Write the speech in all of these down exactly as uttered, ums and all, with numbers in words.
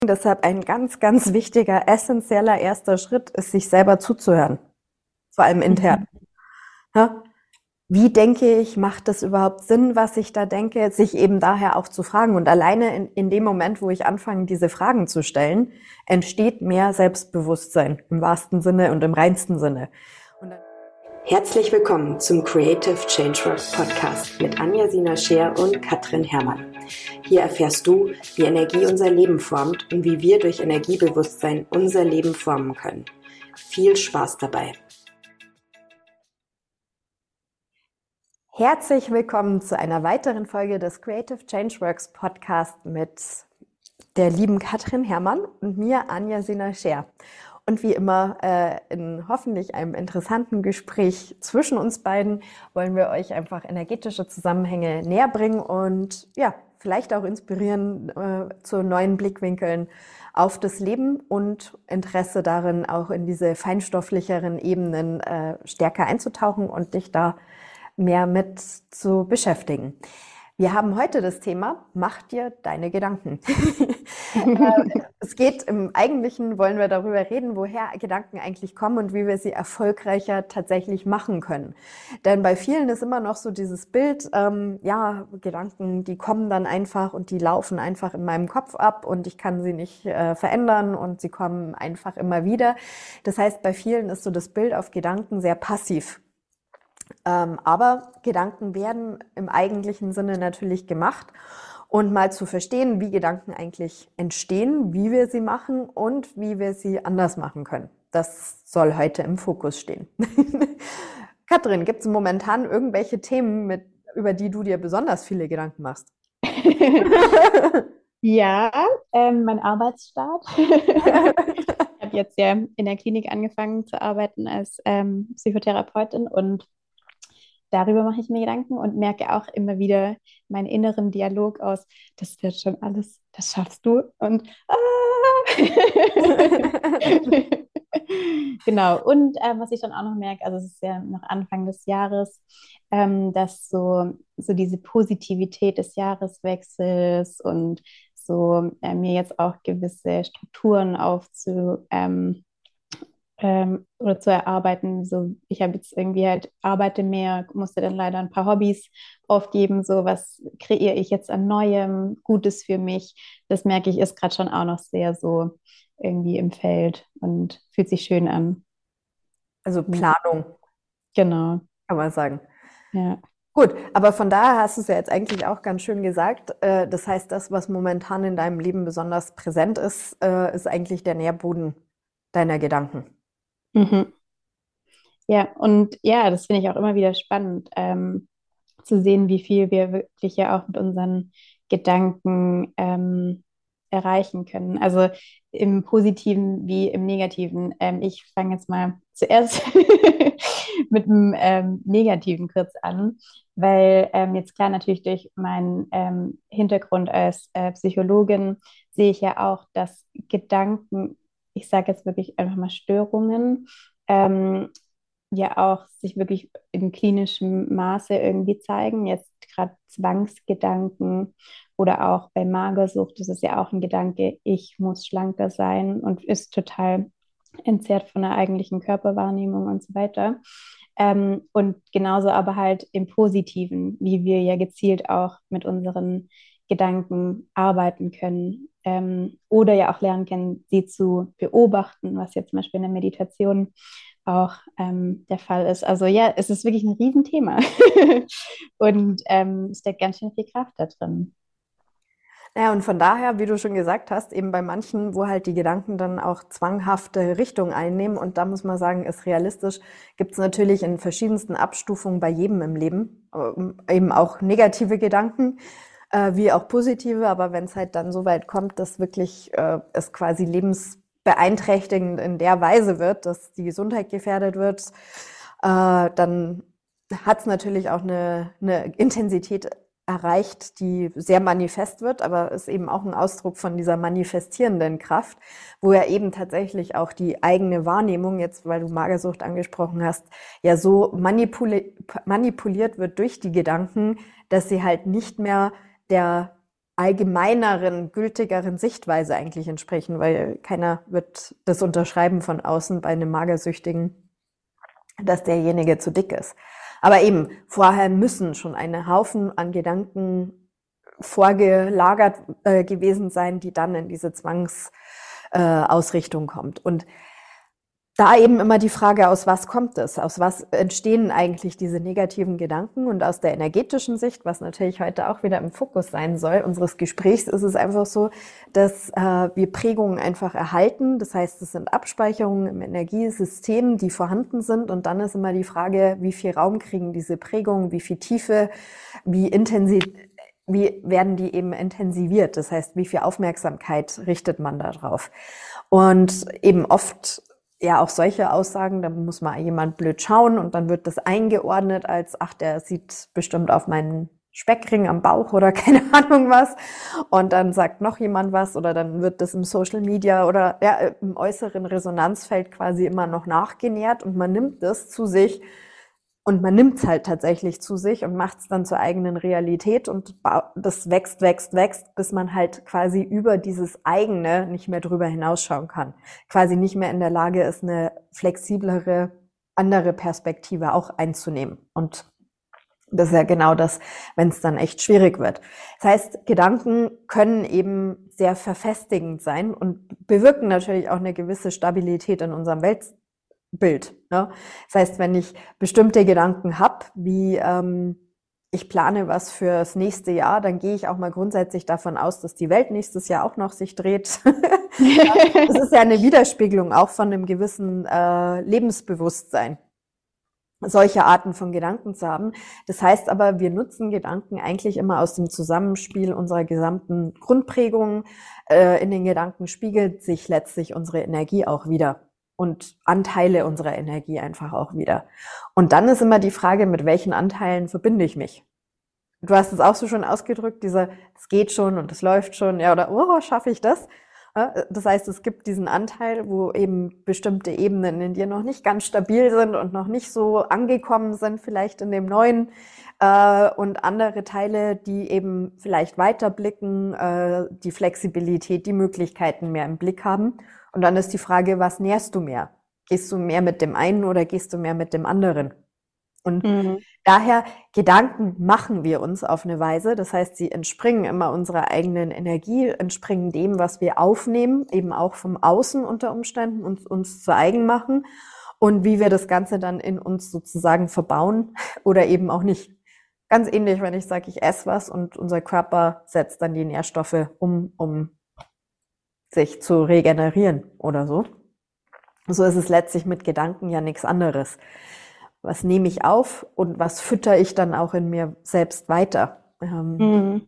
Deshalb ein ganz, ganz wichtiger, essentieller erster Schritt ist, sich selber zuzuhören, vor allem intern. Mhm. Ja? Wie denke ich, macht das überhaupt Sinn, was ich da denke, sich eben daher auch zu fragen. Und alleine in, in dem Moment, wo ich anfange, diese Fragen zu stellen, entsteht mehr Selbstbewusstsein im wahrsten Sinne und im reinsten Sinne. Und dann Herzlich willkommen zum Creative Changeworks Podcast mit Anja-Sina Scheer und Katrin Herrmann. Hier erfährst du, wie Energie unser Leben formt und wie wir durch Energiebewusstsein unser Leben formen können. Viel Spaß dabei! Herzlich willkommen zu einer weiteren Folge des Creative Changeworks Podcast mit der lieben Katrin Herrmann und mir, Anja-Sina Scheer. Und wie immer, äh, in hoffentlich einem interessanten Gespräch zwischen uns beiden, wollen wir euch einfach energetische Zusammenhänge näher bringen und ja, vielleicht auch inspirieren äh, zu neuen Blickwinkeln auf das Leben und Interesse darin, auch in diese feinstofflicheren Ebenen äh, stärker einzutauchen und dich da mehr mit zu beschäftigen. Wir haben heute das Thema, mach dir deine Gedanken. Es geht im Eigentlichen, wollen wir darüber reden, woher Gedanken eigentlich kommen und wie wir sie erfolgreicher tatsächlich machen können. Denn bei vielen ist immer noch so dieses Bild, ähm, ja, Gedanken, die kommen dann einfach und die laufen einfach in meinem Kopf ab und ich kann sie nicht äh, verändern und sie kommen einfach immer wieder. Das heißt, bei vielen ist so das Bild auf Gedanken sehr passiv. Ähm, aber Gedanken werden im eigentlichen Sinne natürlich gemacht. Und mal zu verstehen, wie Gedanken eigentlich entstehen, wie wir sie machen und wie wir sie anders machen können. Das soll heute im Fokus stehen. Katrin, gibt es momentan irgendwelche Themen, mit, über die du dir besonders viele Gedanken machst? Ja, ähm, mein Arbeitsstart. Ich habe jetzt ja in der Klinik angefangen zu arbeiten als ähm, Psychotherapeutin und darüber mache ich mir Gedanken und merke auch immer wieder meinen inneren Dialog aus, das wird schon alles, das schaffst du und ah! Genau, und äh, was ich dann auch noch merke, also es ist ja noch Anfang des Jahres, ähm, dass so, so diese Positivität des Jahreswechsels und so äh, mir jetzt auch gewisse Strukturen aufzu, ähm, ähm, oder zu erarbeiten. So, ich habe jetzt irgendwie halt arbeite mehr, musste dann leider ein paar Hobbys aufgeben. So, was kreiere ich jetzt an Neuem, Gutes für mich? Das merke ich, ist gerade schon auch noch sehr so irgendwie im Feld und fühlt sich schön an. Also Ja, Planung, genau. kann man sagen. Ja. Gut, aber von daher hast du es ja jetzt eigentlich auch ganz schön gesagt. Äh, Das heißt, das, was momentan in deinem Leben besonders präsent ist, äh, ist eigentlich der Nährboden deiner Gedanken. Mhm. Ja, und ja, das finde ich auch immer wieder spannend, ähm, zu sehen, wie viel wir wirklich ja auch mit unseren Gedanken ähm, erreichen können. Also im Positiven wie im Negativen. Ähm, ich fange jetzt mal zuerst mit dem ähm, Negativen kurz an, weil ähm, jetzt klar natürlich durch meinen ähm, Hintergrund als äh, Psychologin sehe ich ja auch, dass Gedanken, ich sage jetzt wirklich einfach mal Störungen, ähm, ja auch sich wirklich in klinischem Maße irgendwie zeigen. Jetzt gerade Zwangsgedanken oder auch bei Magersucht, das ist ja auch ein Gedanke, ich muss schlanker sein und ist total entzerrt von der eigentlichen Körperwahrnehmung und so weiter. Ähm, und genauso aber halt im Positiven, wie wir ja gezielt auch mit unseren Gedanken arbeiten können, ähm, oder ja auch lernen können, sie zu beobachten, was jetzt zum Beispiel in der Meditation auch ähm, der Fall ist. Also ja, es ist wirklich ein Riesenthema und ähm, steckt ganz schön viel Kraft da drin. Naja, und von daher, wie du schon gesagt hast, eben bei manchen, wo halt die Gedanken dann auch zwanghafte Richtung einnehmen, und da muss man sagen, ist realistisch, gibt es natürlich in verschiedensten Abstufungen bei jedem im Leben, ähm, eben auch negative Gedanken, äh, wie auch positive, aber wenn es halt dann so weit kommt, dass wirklich äh, es quasi lebensbeeinträchtigend in der Weise wird, dass die Gesundheit gefährdet wird, äh, dann hat es natürlich auch eine, eine Intensität erreicht, die sehr manifest wird, aber ist eben auch ein Ausdruck von dieser manifestierenden Kraft, wo ja eben tatsächlich auch die eigene Wahrnehmung, jetzt weil du Magersucht angesprochen hast, ja so manipuli manipuliert wird durch die Gedanken, dass sie halt nicht mehr der allgemeineren, gültigeren Sichtweise eigentlich entsprechen, weil keiner wird das unterschreiben von außen bei einem Magersüchtigen, dass derjenige zu dick ist. Aber eben, vorher müssen schon eine Haufen an Gedanken vorgelagert äh, gewesen sein, die dann in diese Zwangsausrichtung äh, kommt. Und da eben immer die Frage, aus was kommt es? Aus was entstehen eigentlich diese negativen Gedanken? Und aus der energetischen Sicht, was natürlich heute auch wieder im Fokus sein soll, unseres Gesprächs, ist es einfach so, dass äh, wir Prägungen einfach erhalten. Das heißt, es sind Abspeicherungen im Energiesystem, die vorhanden sind. Und dann ist immer die Frage, wie viel Raum kriegen diese Prägungen, wie viel Tiefe, wie intensiv, wie werden die eben intensiviert? Das heißt, wie viel Aufmerksamkeit richtet man da drauf? Und eben oft ja, auch solche Aussagen, da muss mal jemand blöd schauen und dann wird das eingeordnet als, ach, der sieht bestimmt auf meinen Speckring am Bauch oder keine Ahnung was. Und dann sagt noch jemand was oder dann wird das im Social Media oder ja, im äußeren Resonanzfeld quasi immer noch nachgenährt und man nimmt das zu sich und man nimmt es halt tatsächlich zu sich und macht es dann zur eigenen Realität und das wächst, wächst, wächst, bis man halt quasi über dieses eigene nicht mehr drüber hinausschauen kann. Quasi nicht mehr in der Lage ist, eine flexiblere, andere Perspektive auch einzunehmen. Und das ist ja genau das, wenn es dann echt schwierig wird. Das heißt, Gedanken können eben sehr verfestigend sein und bewirken natürlich auch eine gewisse Stabilität in unserem Weltbild. Ne? Das heißt, wenn ich bestimmte Gedanken habe, wie ähm, ich plane was fürs nächste Jahr, dann gehe ich auch mal grundsätzlich davon aus, dass die Welt nächstes Jahr auch noch sich dreht. Das ist ja eine Widerspiegelung auch von einem gewissen äh, Lebensbewusstsein, solche Arten von Gedanken zu haben. Das heißt aber, wir nutzen Gedanken eigentlich immer aus dem Zusammenspiel unserer gesamten Grundprägungen. Äh, in den Gedanken spiegelt sich letztlich unsere Energie auch wieder. Und Anteile unserer Energie einfach auch wieder. Und dann ist immer die Frage, mit welchen Anteilen verbinde ich mich? Du hast es auch so schon ausgedrückt, dieser, es geht schon und es läuft schon, ja, oder, oh, schaffe ich das? Das heißt, es gibt diesen Anteil, wo eben bestimmte Ebenen in dir noch nicht ganz stabil sind und noch nicht so angekommen sind, vielleicht in dem Neuen, und andere Teile, die eben vielleicht weiterblicken, die Flexibilität, die Möglichkeiten mehr im Blick haben. Und dann ist die Frage, was nährst du mehr? Gehst du mehr mit dem einen oder gehst du mehr mit dem anderen? Und mhm. daher, Gedanken machen wir uns auf eine Weise. Das heißt, sie entspringen immer unserer eigenen Energie, entspringen dem, was wir aufnehmen, eben auch vom Außen unter Umständen und uns zu eigen machen. Und wie wir das Ganze dann in uns sozusagen verbauen oder eben auch nicht. Ganz ähnlich, wenn ich sage, ich esse was und unser Körper setzt dann die Nährstoffe um, um sich zu regenerieren oder so. So ist es letztlich mit Gedanken ja nichts anderes. Was nehme ich auf und was fütter ich dann auch in mir selbst weiter? Ähm mhm.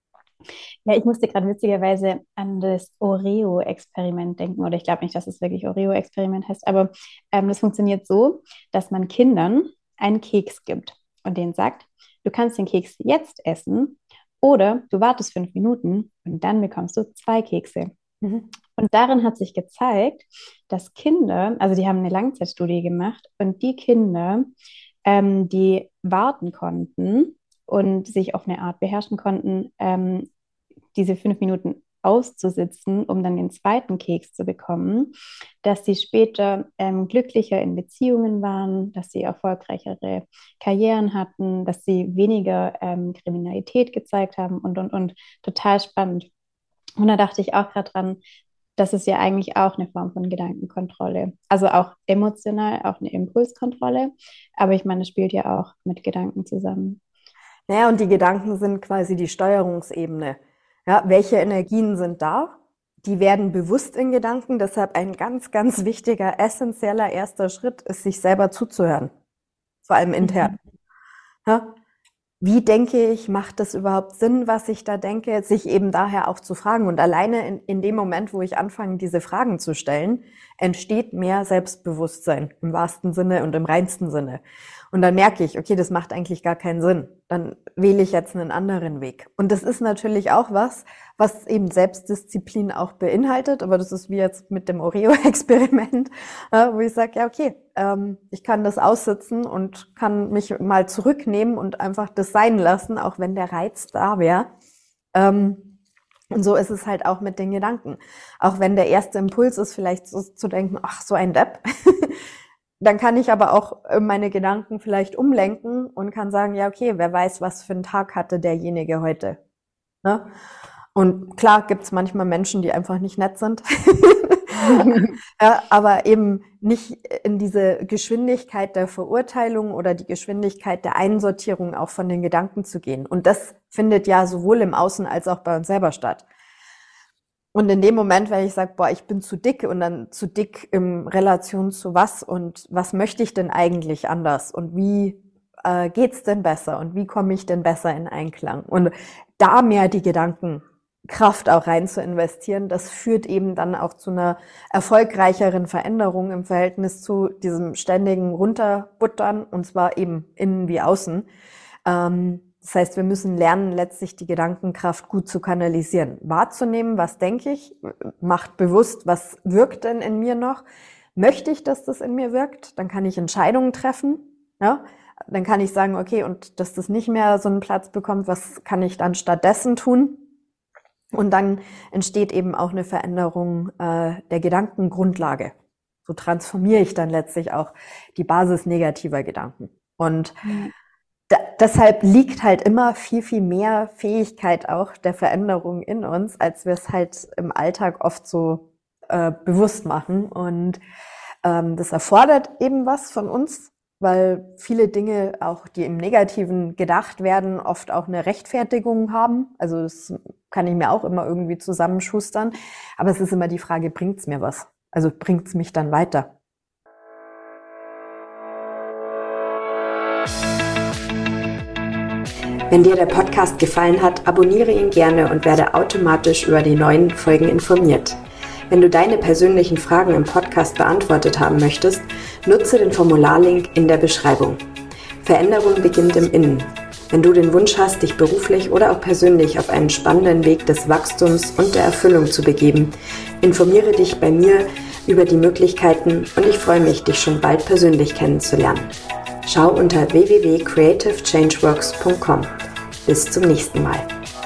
Ja, ich musste gerade witzigerweise an das Oreo-Experiment denken, oder ich glaube nicht, dass es wirklich Oreo-Experiment heißt, aber ähm, das funktioniert so, dass man Kindern einen Keks gibt und denen sagt, du kannst den Keks jetzt essen oder du wartest fünf Minuten und dann bekommst du zwei Kekse. Mhm. Und darin hat sich gezeigt, dass Kinder, also die haben eine Langzeitstudie gemacht und die Kinder, ähm, die warten konnten und sich auf eine Art beherrschen konnten, ähm, diese fünf Minuten auszusitzen, um dann den zweiten Keks zu bekommen, dass sie später ähm, glücklicher in Beziehungen waren, dass sie erfolgreichere Karrieren hatten, dass sie weniger ähm, Kriminalität gezeigt haben und, und, und. Total spannend. Und da dachte ich auch gerade dran, das ist ja eigentlich auch eine Form von Gedankenkontrolle. Also auch emotional, auch eine Impulskontrolle. Aber ich meine, es spielt ja auch mit Gedanken zusammen. Naja, und die Gedanken sind quasi die Steuerungsebene. Ja, welche Energien sind da? Die werden bewusst in Gedanken. Deshalb ein ganz, ganz wichtiger, essentieller erster Schritt ist, sich selber zuzuhören. Vor allem intern. Mhm. Ja? Wie denke ich, macht es überhaupt Sinn, was ich da denke, sich eben daher auch zu fragen. Und alleine in, in dem Moment, wo ich anfange, diese Fragen zu stellen, entsteht mehr Selbstbewusstsein im wahrsten Sinne und im reinsten Sinne. Und dann merke ich, okay, das macht eigentlich gar keinen Sinn. Dann wähle ich jetzt einen anderen Weg. Und das ist natürlich auch was, was eben Selbstdisziplin auch beinhaltet. Aber das ist wie jetzt mit dem Oreo-Experiment, äh, wo ich sage, ja, okay, ähm, ich kann das aussitzen und kann mich mal zurücknehmen und einfach das sein lassen, auch wenn der Reiz da wäre. Ähm, Und so ist es halt auch mit den Gedanken. Auch wenn der erste Impuls ist, vielleicht so zu denken, ach, so ein Depp, dann kann ich aber auch meine Gedanken vielleicht umlenken und kann sagen, ja, okay, wer weiß, was für einen Tag hatte derjenige heute. Ne? Und klar gibt's manchmal Menschen, die einfach nicht nett sind. Ja, aber eben nicht in diese Geschwindigkeit der Verurteilung oder die Geschwindigkeit der Einsortierung auch von den Gedanken zu gehen. Und das findet ja sowohl im Außen als auch bei uns selber statt. Und in dem Moment, wenn ich sage, boah, ich bin zu dick und dann zu dick in Relation zu was und was möchte ich denn eigentlich anders und wie äh, geht's denn besser und wie komme ich denn besser in Einklang? Und da mehr die Gedankenkraft auch rein zu investieren, das führt eben dann auch zu einer erfolgreicheren Veränderung im Verhältnis zu diesem ständigen Runterbuttern, und zwar eben innen wie außen. Ähm, das heißt, wir müssen lernen, letztlich die Gedankenkraft gut zu kanalisieren, wahrzunehmen, was denke ich, macht bewusst, was wirkt denn in mir noch. Möchte ich, dass das in mir wirkt? Dann kann ich Entscheidungen treffen. Ja? Dann kann ich sagen, okay, und dass das nicht mehr so einen Platz bekommt, was kann ich dann stattdessen tun? Und dann entsteht eben auch eine Veränderung äh, der Gedankengrundlage. So transformiere ich dann letztlich auch die Basis negativer Gedanken. Und ja. Da, deshalb liegt halt immer viel, viel mehr Fähigkeit auch der Veränderung in uns, als wir es halt im Alltag oft so äh, bewusst machen. Und ähm, das erfordert eben was von uns, weil viele Dinge, auch die im Negativen gedacht werden, oft auch eine Rechtfertigung haben. Also das kann ich mir auch immer irgendwie zusammenschustern. Aber es ist immer die Frage, bringt's mir was? Also bringt's mich dann weiter? Wenn dir der Podcast gefallen hat, abonniere ihn gerne und werde automatisch über die neuen Folgen informiert. Wenn du deine persönlichen Fragen im Podcast beantwortet haben möchtest, nutze den Formularlink in der Beschreibung. Veränderung beginnt im Innen. Wenn du den Wunsch hast, dich beruflich oder auch persönlich auf einen spannenden Weg des Wachstums und der Erfüllung zu begeben, informiere dich bei mir über die Möglichkeiten und ich freue mich, dich schon bald persönlich kennenzulernen. Schau unter w w w punkt creative changeworks punkt com. Bis zum nächsten Mal.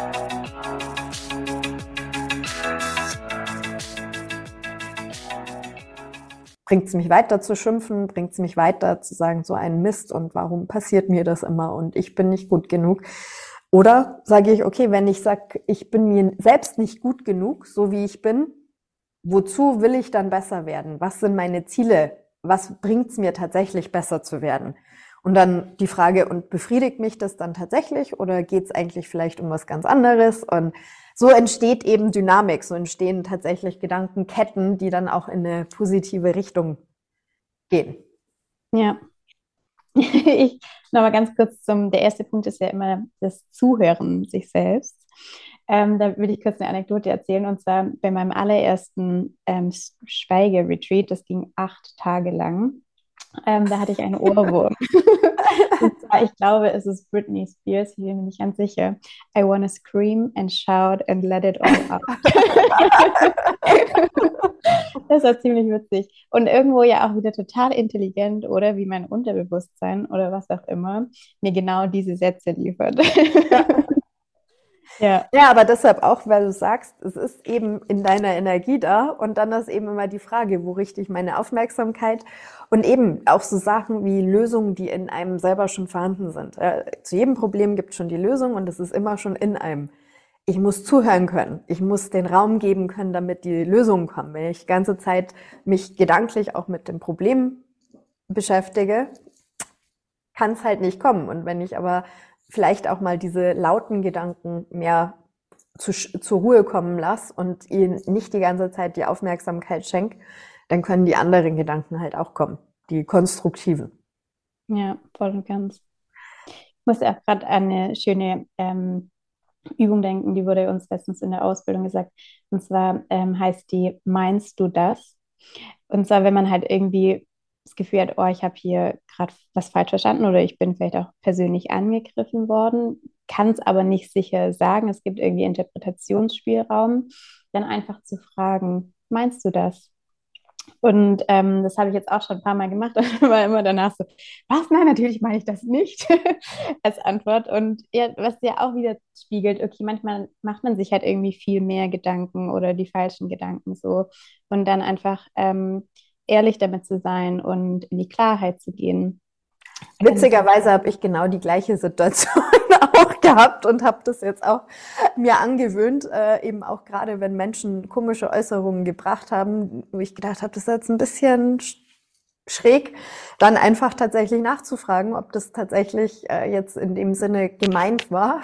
Bringt es mich weiter zu schimpfen? Bringt es mich weiter zu sagen, so ein Mist und warum passiert mir das immer und ich bin nicht gut genug? Oder sage ich, okay, wenn ich sage, ich bin mir selbst nicht gut genug, so wie ich bin, wozu will ich dann besser werden? Was sind meine Ziele? Was bringt es mir tatsächlich besser zu werden? Und dann die Frage, und befriedigt mich das dann tatsächlich oder geht es eigentlich vielleicht um was ganz anderes? Und so entsteht eben Dynamik, so entstehen tatsächlich Gedankenketten, die dann auch in eine positive Richtung gehen. Ja. Ich nochmal ganz kurz zum, der erste Punkt ist ja immer das Zuhören sich selbst. Ähm, da will ich kurz eine Anekdote erzählen, und zwar bei meinem allerersten ähm, Schweige-Retreat, das ging acht Tage lang. Ähm, da hatte ich einen Ohrwurm. Und zwar, ich glaube, es ist Britney Spears, ich bin mir nicht ganz sicher. I wanna scream and shout and let it all out. Das war ziemlich witzig. Und irgendwo ja auch wieder total intelligent, oder wie mein Unterbewusstsein oder was auch immer mir genau diese Sätze liefert. Ja. Ja. Ja, aber deshalb auch, weil du sagst, es ist eben in deiner Energie da und dann ist eben immer die Frage, wo richte ich meine Aufmerksamkeit und eben auch so Sachen wie Lösungen, die in einem selber schon vorhanden sind. Ja, zu jedem Problem gibt es schon die Lösung und es ist immer schon in einem. Ich muss zuhören können, ich muss den Raum geben können, damit die Lösungen kommen. Wenn ich die ganze Zeit mich gedanklich auch mit dem Problem beschäftige, kann es halt nicht kommen. Und wenn ich aber vielleicht auch mal diese lauten Gedanken mehr zu, zur Ruhe kommen lasse und ihnen nicht die ganze Zeit die Aufmerksamkeit schenke, dann können die anderen Gedanken halt auch kommen, die konstruktiven. Ja, voll und ganz. Ich muss auch gerade an eine schöne ähm, Übung denken, die wurde uns letztens in der Ausbildung gesagt. Und zwar ähm, heißt die, meinst du das? Und zwar, wenn man halt irgendwie das Gefühl hat, oh, ich habe hier gerade was falsch verstanden oder ich bin vielleicht auch persönlich angegriffen worden, kann es aber nicht sicher sagen, es gibt irgendwie Interpretationsspielraum, dann einfach zu fragen, meinst du das? Und ähm, das habe ich jetzt auch schon ein paar Mal gemacht und war immer danach so, was? Nein, natürlich meine ich das nicht als Antwort. Und ja, was ja auch wieder spiegelt, okay, manchmal macht man sich halt irgendwie viel mehr Gedanken oder die falschen Gedanken so. Und dann einfach ähm, ehrlich damit zu sein und in die Klarheit zu gehen. Witzigerweise habe ich genau die gleiche Situation auch gehabt und habe das jetzt auch mir angewöhnt, äh, eben auch gerade wenn Menschen komische Äußerungen gebracht haben, wo ich gedacht habe, das ist jetzt ein bisschen schräg, dann einfach tatsächlich nachzufragen, ob das tatsächlich äh, jetzt in dem Sinne gemeint war.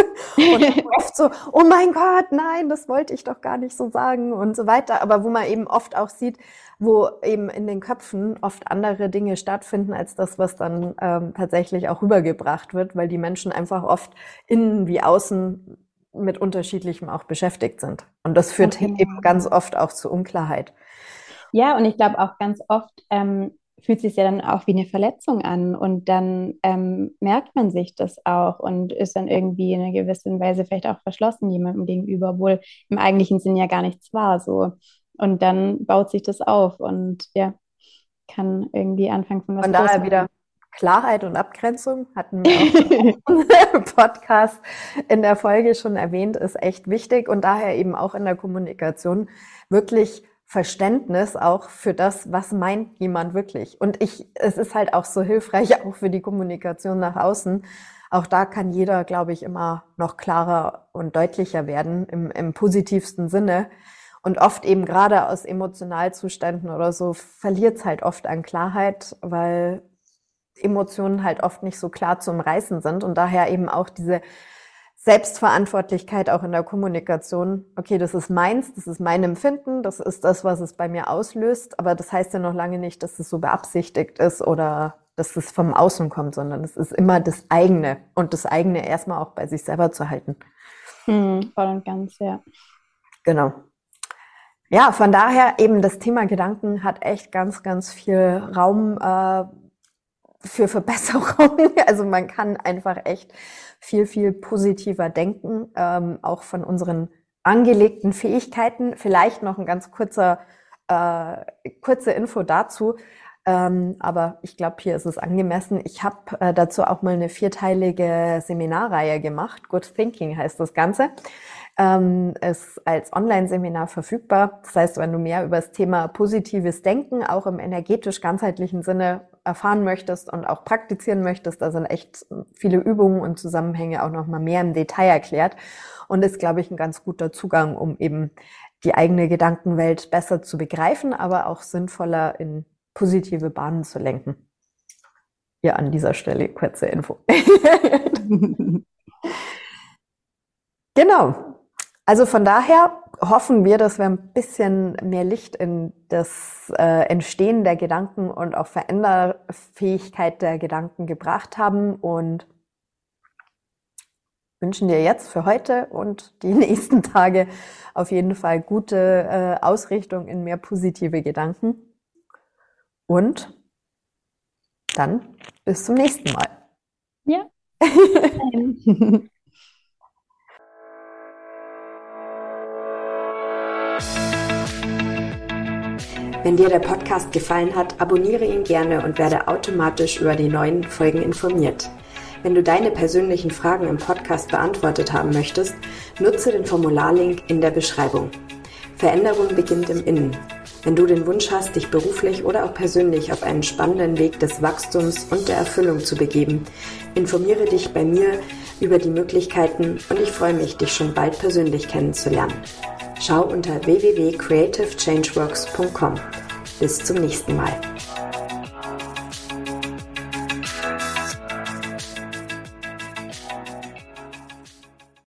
Und oft so, oh mein Gott, nein, das wollte ich doch gar nicht so sagen und so weiter. Aber wo man eben oft auch sieht, wo eben in den Köpfen oft andere Dinge stattfinden als das, was dann ähm, tatsächlich auch rübergebracht wird, weil die Menschen einfach oft innen wie außen mit Unterschiedlichem auch beschäftigt sind. Und das führt Okay. eben ganz oft auch zu Unklarheit. Ja, und ich glaube auch ganz oft ähm, fühlt sich ja dann auch wie eine Verletzung an und dann ähm, merkt man sich das auch und ist dann irgendwie in einer gewissen Weise vielleicht auch verschlossen jemandem gegenüber, obwohl im eigentlichen Sinn ja gar nichts war so. Und dann baut sich das auf und ja, kann irgendwie anfangen von was Von daher Großem. wieder Klarheit und Abgrenzung, hatten wir auch im Podcast in der Folge schon erwähnt, ist echt wichtig und daher eben auch in der Kommunikation wirklich Verständnis auch für das, was meint jemand wirklich. Und ich, es ist halt auch so hilfreich auch für die Kommunikation nach außen. Auch da kann jeder, glaube ich, immer noch klarer und deutlicher werden im, im positivsten Sinne. Und oft eben gerade aus Emotionalzuständen oder so verliert es halt oft an Klarheit, weil Emotionen halt oft nicht so klar zu umreißen sind und daher eben auch diese Selbstverantwortlichkeit auch in der Kommunikation. Okay, das ist meins, das ist mein Empfinden, das ist das, was es bei mir auslöst, aber das heißt ja noch lange nicht, dass es so beabsichtigt ist oder dass es vom Außen kommt, sondern es ist immer das eigene und das eigene erstmal auch bei sich selber zu halten. Hm, voll und ganz, ja. Genau. Ja, von daher eben das Thema Gedanken hat echt ganz, ganz viel Raum äh, für Verbesserung. Also man kann einfach echt viel, viel positiver denken, ähm, auch von unseren angelegten Fähigkeiten. Vielleicht noch ein ganz kurzer, äh, kurze Info dazu. Ähm, aber ich glaube, hier ist es angemessen. Ich habe äh, dazu auch mal eine vierteilige Seminarreihe gemacht. Good Thinking heißt das Ganze. Ähm, ist als Online-Seminar verfügbar. Das heißt, wenn du mehr über das Thema positives Denken auch im energetisch ganzheitlichen Sinne erfahren möchtest und auch praktizieren möchtest, da sind echt viele Übungen und Zusammenhänge auch noch mal mehr im Detail erklärt und ist, glaube ich, ein ganz guter Zugang, um eben die eigene Gedankenwelt besser zu begreifen, aber auch sinnvoller in positive Bahnen zu lenken. Hier an dieser Stelle kurze Info. Genau. Also von daher hoffen wir, dass wir ein bisschen mehr Licht in das äh, Entstehen der Gedanken und auch Veränderfähigkeit der Gedanken gebracht haben und wünschen dir jetzt für heute und die nächsten Tage auf jeden Fall gute äh, Ausrichtung in mehr positive Gedanken. Und dann bis zum nächsten Mal. Ja. Wenn dir der Podcast gefallen hat, abonniere ihn gerne und werde automatisch über die neuen Folgen informiert. Wenn du deine persönlichen Fragen im Podcast beantwortet haben möchtest, nutze den Formularlink in der Beschreibung. Veränderung beginnt im Innen. Wenn du den Wunsch hast, dich beruflich oder auch persönlich auf einen spannenden Weg des Wachstums und der Erfüllung zu begeben, informiere dich bei mir über die Möglichkeiten und ich freue mich, dich schon bald persönlich kennenzulernen. Schau unter w w w punkt creative changeworks punkt com. Bis zum nächsten Mal.